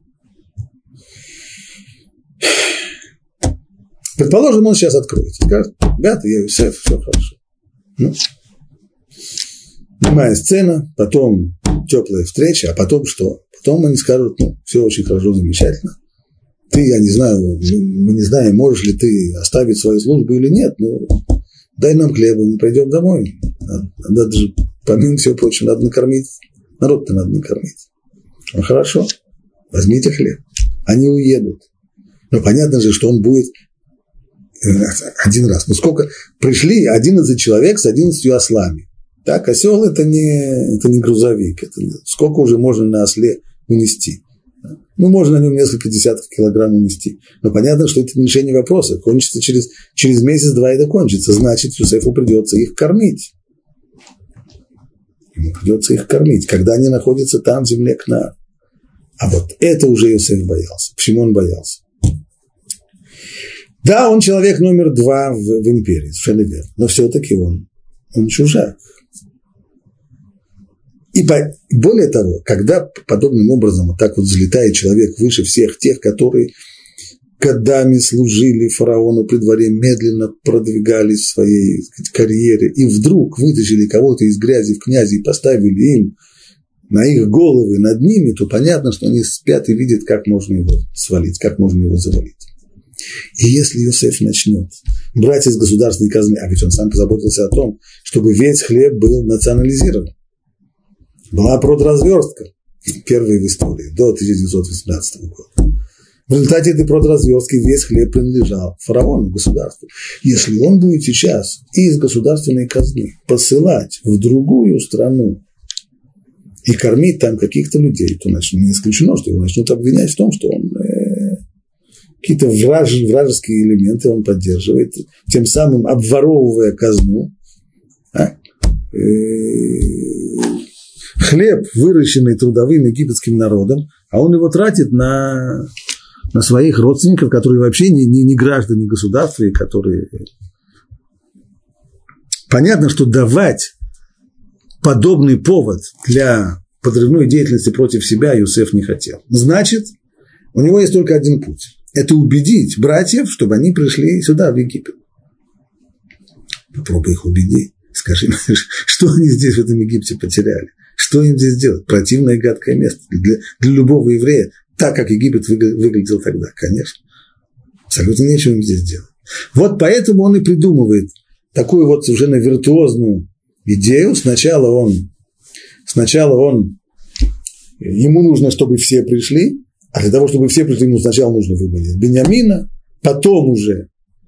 Предположим, он сейчас откроет, скажет, ребята, я Йосеф, все хорошо. Ну, прямая сцена, потом теплая встреча, а потом что? Потом они скажут, ну, все очень хорошо, замечательно. Ты, я не знаю, мы не знаем, можешь ли ты оставить свою службу или нет, но дай нам хлеба, мы пойдем домой. Надо, надо же, помимо всего прочего, надо накормить, народ-то надо накормить. Ну, хорошо, возьмите хлеб. Они уедут. Но понятно же, что он будет один раз. Ну, сколько? Пришли одиннадцать человек с одиннадцатью ослами. Так, осел – это не, это не грузовик. Это, сколько уже можно на осле унести? Ну, можно на нем несколько десятков килограмм унести. Но понятно, что это не решение вопроса. Кончится через, через месяц-два это кончится. Значит, Йосефу придется их кормить. Ему придется их кормить, когда они находятся там, в земле Кнаан. А вот это уже Йосеф боялся. Почему он боялся? Да, он человек номер два в, в империи, совершенно верно. Но все-таки он, он чужак. И по, более того, когда подобным образом вот так вот взлетает человек выше всех тех, которые годами служили фараону при дворе, медленно продвигались в своей, так сказать, карьере, и вдруг вытащили кого-то из грязи в князи и поставили им на их головы над ними, то понятно, что они спят и видят, как можно его свалить, как можно его завалить. И если Йосеф начнет брать из государственной казны, а ведь он сам позаботился о том, чтобы весь хлеб был национализирован, была продразверстка, первая в истории, до тысяча девятьсот восемнадцатого года. В результате этой продразверстки весь хлеб принадлежал фараону, государству. Если он будет сейчас из государственной казны посылать в другую страну и кормить там каких-то людей, то значит, не исключено, что его начнут обвинять в том, что он э, какие-то враж, вражеские элементы он поддерживает, тем самым обворовывая казну. А? Э, хлеб, выращенный трудовым египетским народом, а он его тратит на, на своих родственников, которые вообще не, не, не граждане государства, и которые… Понятно, что давать подобный повод для подрывной деятельности против себя Йосеф не хотел. Значит, у него есть только один путь. Это убедить братьев, чтобы они пришли сюда, в Египет. Попробуй их убеди. Скажи, что они здесь, в этом Египте, потеряли. Что им здесь делать? Противное и гадкое место для, для любого еврея, так как Египет выглядел тогда, конечно. Абсолютно нечего им здесь делать. Вот поэтому он и придумывает такую вот совершенно виртуозную идею. Сначала он, сначала он, ему нужно, чтобы все пришли, а для того, чтобы все пришли, ему сначала нужно выбрать Биньямина, потом уже.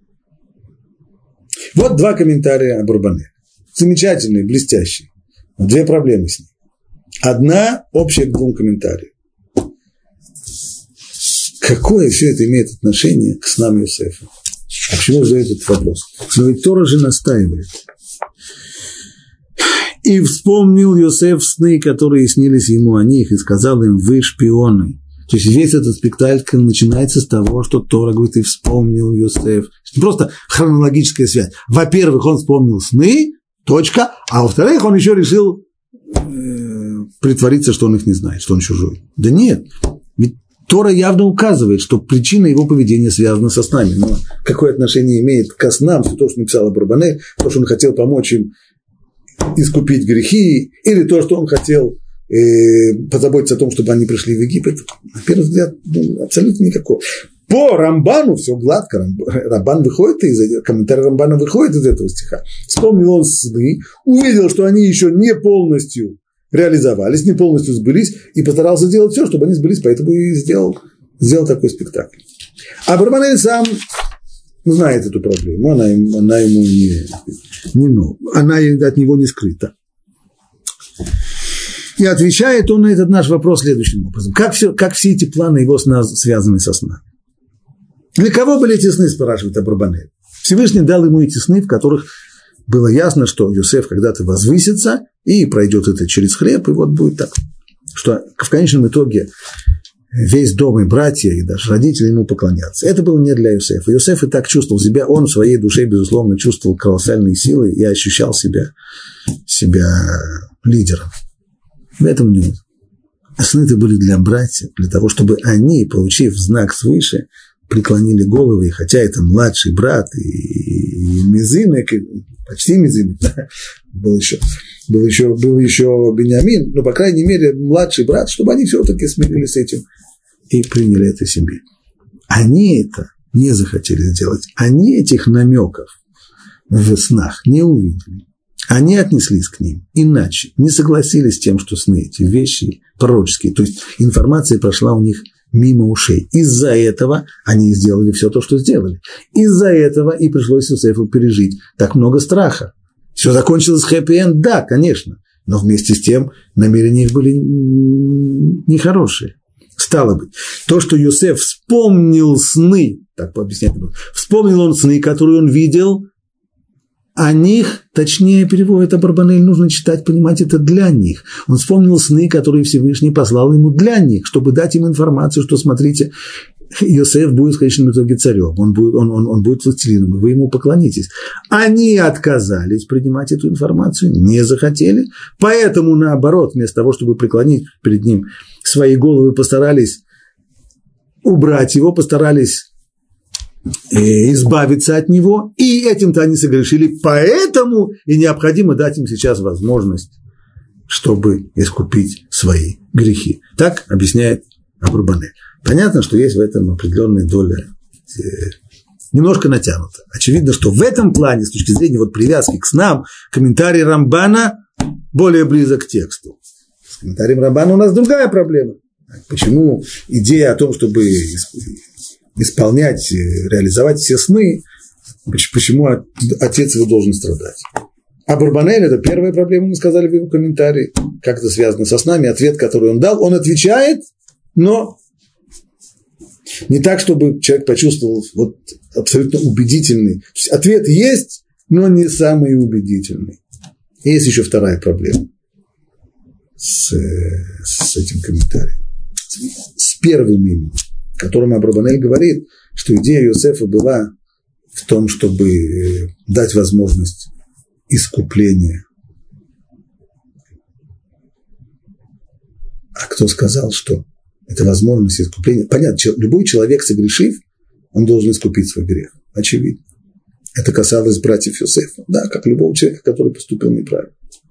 Вот два комментария об Абурбанеле. Замечательные, блестящие. Но две проблемы с ним. Одна общая к двум комментариям. Какое все это имеет отношение к снам Йосефа? А почему задает этот вопрос? Но ведь Тора же настаивает. И вспомнил Йосеф сны, которые снились ему о них, и сказал им: вы шпионы. То есть весь этот спектакль начинается с того, что Тора говорит: и вспомнил Йосеф. Не просто хронологическая связь. Во-первых, он вспомнил сны, точка, а во-вторых, он еще решил э, притвориться, что он их не знает, что он чужой. Да нет, ведь Тора явно указывает, что причина его поведения связана со снами. Но какое отношение имеет к снам то, что написал Абурбанель, то, что он хотел помочь им искупить грехи, или то, что он хотел позаботиться о том, чтобы они пришли в Египет, на первый взгляд, ну, абсолютно никакого. По Рамбану все гладко. Рамбан выходит из комментарий Рамбана выходит из этого стиха. Вспомнил он сны, увидел, что они еще не полностью реализовались, не полностью сбылись, и постарался сделать все, чтобы они сбылись, поэтому и сделал, сделал такой спектакль. А Абарбанель сам знает эту проблему, она, она ему не, не ну, она от него не скрыта. И отвечает он на этот наш вопрос следующим образом. Как, все, как все эти планы его сна связаны со сном? Для кого были эти сны, спрашивает Абарбанель. Всевышний дал ему эти сны, в которых было ясно, что Йосеф когда-то возвысится и пройдет это через хлеб, и вот будет так. Что в конечном итоге весь дом и братья, и даже родители ему поклонятся. Это было не для Йосефа. Йосеф и так чувствовал себя, он в своей душе, безусловно, чувствовал колоссальные силы и ощущал себя, себя лидером. В этом нет. Сны-то были для братьев, для того, чтобы они, получив знак свыше, преклонили головы, и хотя это младший брат и, и Мизинек, почти Мизинек, да, был еще, был еще, был еще Беньямин, но, по крайней мере, младший брат, чтобы они все-таки смирились с этим и приняли это себе. Они это не захотели сделать. Они этих намеков в снах не увидели. Они отнеслись к ним иначе, не согласились с тем, что сны эти вещи пророческие, то есть информация прошла у них мимо ушей. Из-за этого они сделали все то, что сделали. Из-за этого и пришлось Йосефу пережить так много страха. Все закончилось хэппи-энд, да, конечно, но вместе с тем намерения их были нехорошие. Стало быть, то, что Йосеф вспомнил сны, так пообъяснять, вспомнил он сны, которые он видел, о них, точнее переводит Абарбанель, нужно читать, понимать это для них. Он вспомнил сны, которые Всевышний послал ему для них, чтобы дать им информацию, что, смотрите, Йосеф будет в конечном итоге царем, он будет, он, он, он будет властелином, и вы ему поклонитесь. Они отказались принимать эту информацию, не захотели, поэтому, наоборот, вместо того, чтобы преклонить перед ним свои головы, постарались убрать его, постарались избавиться от него, и этим-то они согрешили, поэтому и необходимо дать им сейчас возможность, чтобы искупить свои грехи. Так объясняет Абарбанель. Понятно, что есть в этом определенная доля, э, немножко натянута. Очевидно, что в этом плане, с точки зрения вот привязки к снам, комментарий Рамбана более близок к тексту. С комментарием Рамбана у нас другая проблема. Почему идея о том, чтобы исполнять, реализовать все сны, почему отец его должен страдать? А Барбанель – это первая проблема, мы сказали в его комментарии, как это связано со снами, ответ, который он дал, он отвечает, но не так, чтобы человек почувствовал вот абсолютно убедительный. Ответ есть, но не самый убедительный. И есть еще вторая проблема с, с этим комментарием. С первым именем, в котором Абарбанель говорит, что идея Йосефа была в том, чтобы дать возможность искупления. А кто сказал, что это возможность искупления? Понятно, любой человек, согрешив, он должен искупить свой грех. Очевидно. Это касалось братьев Йосефа. Да, как любого человека, который поступил неправильно.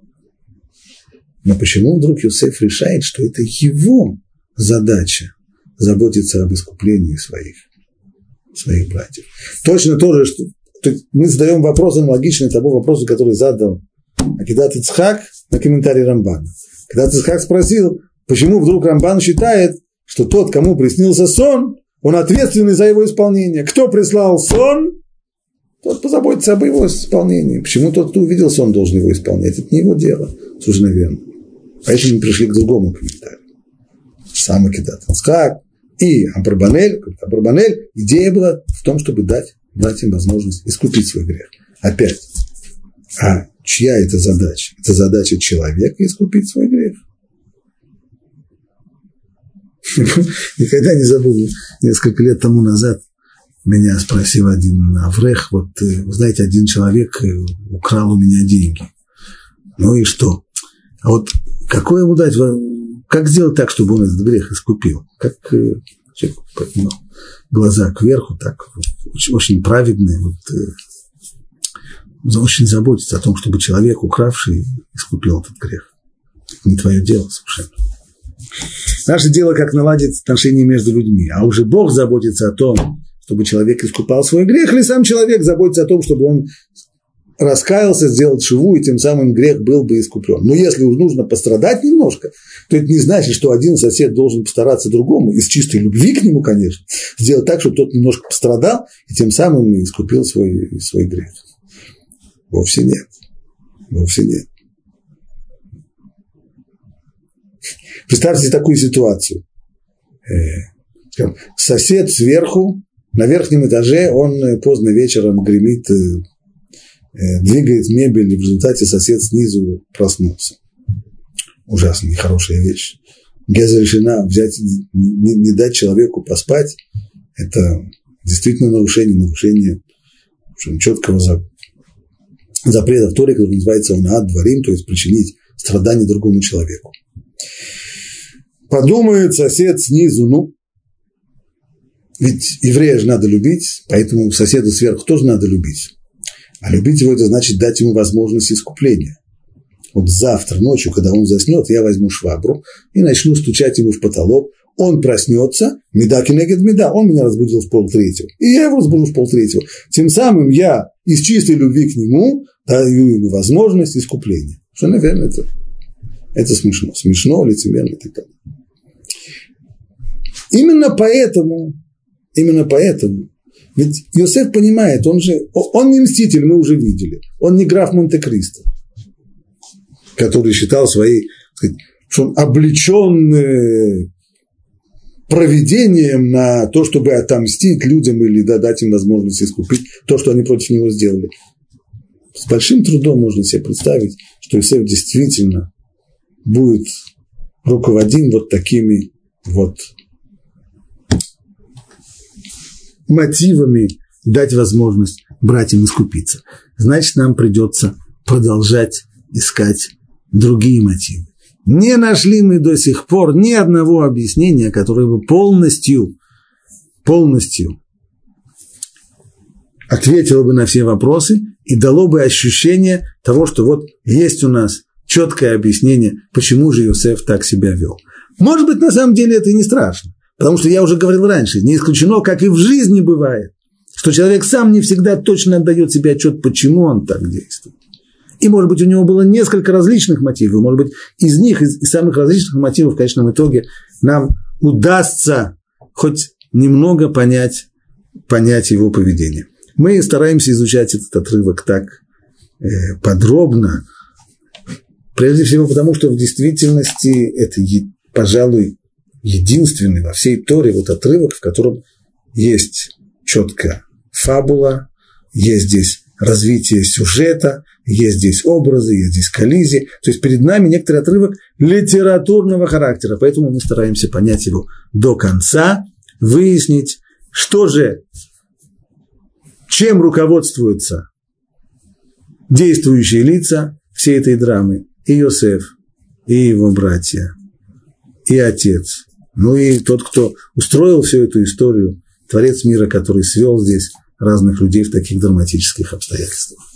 Но почему вдруг Йосеф решает, что это его задача заботиться об искуплении своих, своих братьев? Точно то же, что то мы задаем вопрос аналогичный тому вопросу, который задал Акидат Ицхак на комментарий Рамбана. Акидат Ицхак спросил, почему вдруг Рамбан считает, что тот, кому приснился сон, он ответственный за его исполнение. Кто прислал сон, тот позаботится об его исполнении. Почему тот, кто увидел сон, должен его исполнять? Это не его дело. Слушай, наверное. Поэтому мы пришли к другому комментарию. Сам Акидат Ицхак и Абарбанель. Абарбанель, идея была в том, чтобы дать братьям возможность искупить свой грех. Опять. А чья это задача? Это задача человека искупить свой грех. Никогда не забуду, несколько лет тому назад меня спросил один аврех, вот, вы знаете, один человек украл у меня деньги. Ну и что? А вот какое ему дать, как сделать так, чтобы он этот грех искупил? Как человек поднял глаза кверху, так, очень, очень праведный, вот, очень заботится о том, чтобы человек, укравший, искупил этот грех. Это не твое дело совершенно. Наше дело, как наладить отношения между людьми. А уже Бог заботится о том, чтобы человек искупал свой грех, или сам человек заботится о том, чтобы он раскаялся, сделал шиву, и тем самым грех был бы искуплен. Но если уж нужно пострадать немножко, то это не значит, что один сосед должен постараться другому, из чистой любви к нему, конечно, сделать так, чтобы тот немножко пострадал, и тем самым искупил свой, свой грех. Вовсе нет. Вовсе нет. Представьте такую ситуацию. Сосед сверху, на верхнем этаже, он поздно вечером гремит, двигает мебель, и в результате сосед снизу проснулся. Ужасно, нехорошая вещь. Геза решена взять, не, не дать человеку поспать, это действительно нарушение, нарушение четкого запрета в Торе, который называется «Унаад дворим», то есть причинить страдания другому человеку. Подумает сосед снизу, ну, ведь еврея же надо любить, поэтому соседа сверху тоже надо любить. А любить его – это значит дать ему возможность искупления. Вот завтра ночью, когда он заснет, я возьму швабру и начну стучать ему в потолок. Он проснется, меда кинегет меда, он меня разбудил в полтретьего. И я его разбужу в полтретьего. Тем самым я из чистой любви к нему даю ему возможность искупления. Что, наверное, это, это смешно. Смешно, лицемерно и так далее. Именно поэтому, именно поэтому, ведь Йосеф понимает, он же, он не мститель, мы уже видели, он не граф Монте-Кристо, который считал своей, сказать, что он облечен провидением на то, чтобы отомстить людям или дать им возможность искупить то, что они против него сделали. С большим трудом можно себе представить, что Йосеф действительно будет руководим вот такими вот мотивами дать возможность братьям искупиться. Значит, нам придется продолжать искать другие мотивы. Не нашли мы до сих пор ни одного объяснения, которое бы полностью, полностью ответило бы на все вопросы и дало бы ощущение того, что вот есть у нас четкое объяснение, почему же Йосеф так себя вел. Может быть, на самом деле это и не страшно. Потому что я уже говорил раньше, не исключено, как и в жизни бывает, что человек сам не всегда точно отдает себе отчет, почему он так действует. И, может быть, у него было несколько различных мотивов, может быть, из них, из, из самых различных мотивов, в конечном итоге, нам удастся хоть немного понять, понять его поведение. Мы стараемся изучать этот отрывок так э, подробно, прежде всего потому, что в действительности это, пожалуй, единственный во всей Торе вот отрывок, в котором есть четкая фабула, есть здесь развитие сюжета, есть здесь образы, есть здесь коллизии. То есть перед нами некоторый отрывок литературного характера, поэтому мы стараемся понять его до конца, выяснить, что же, чем руководствуются действующие лица всей этой драмы, и Йосеф, и его братья, и отец. Ну и тот, кто устроил всю эту историю, творец мира, который свел здесь разных людей в таких драматических обстоятельствах.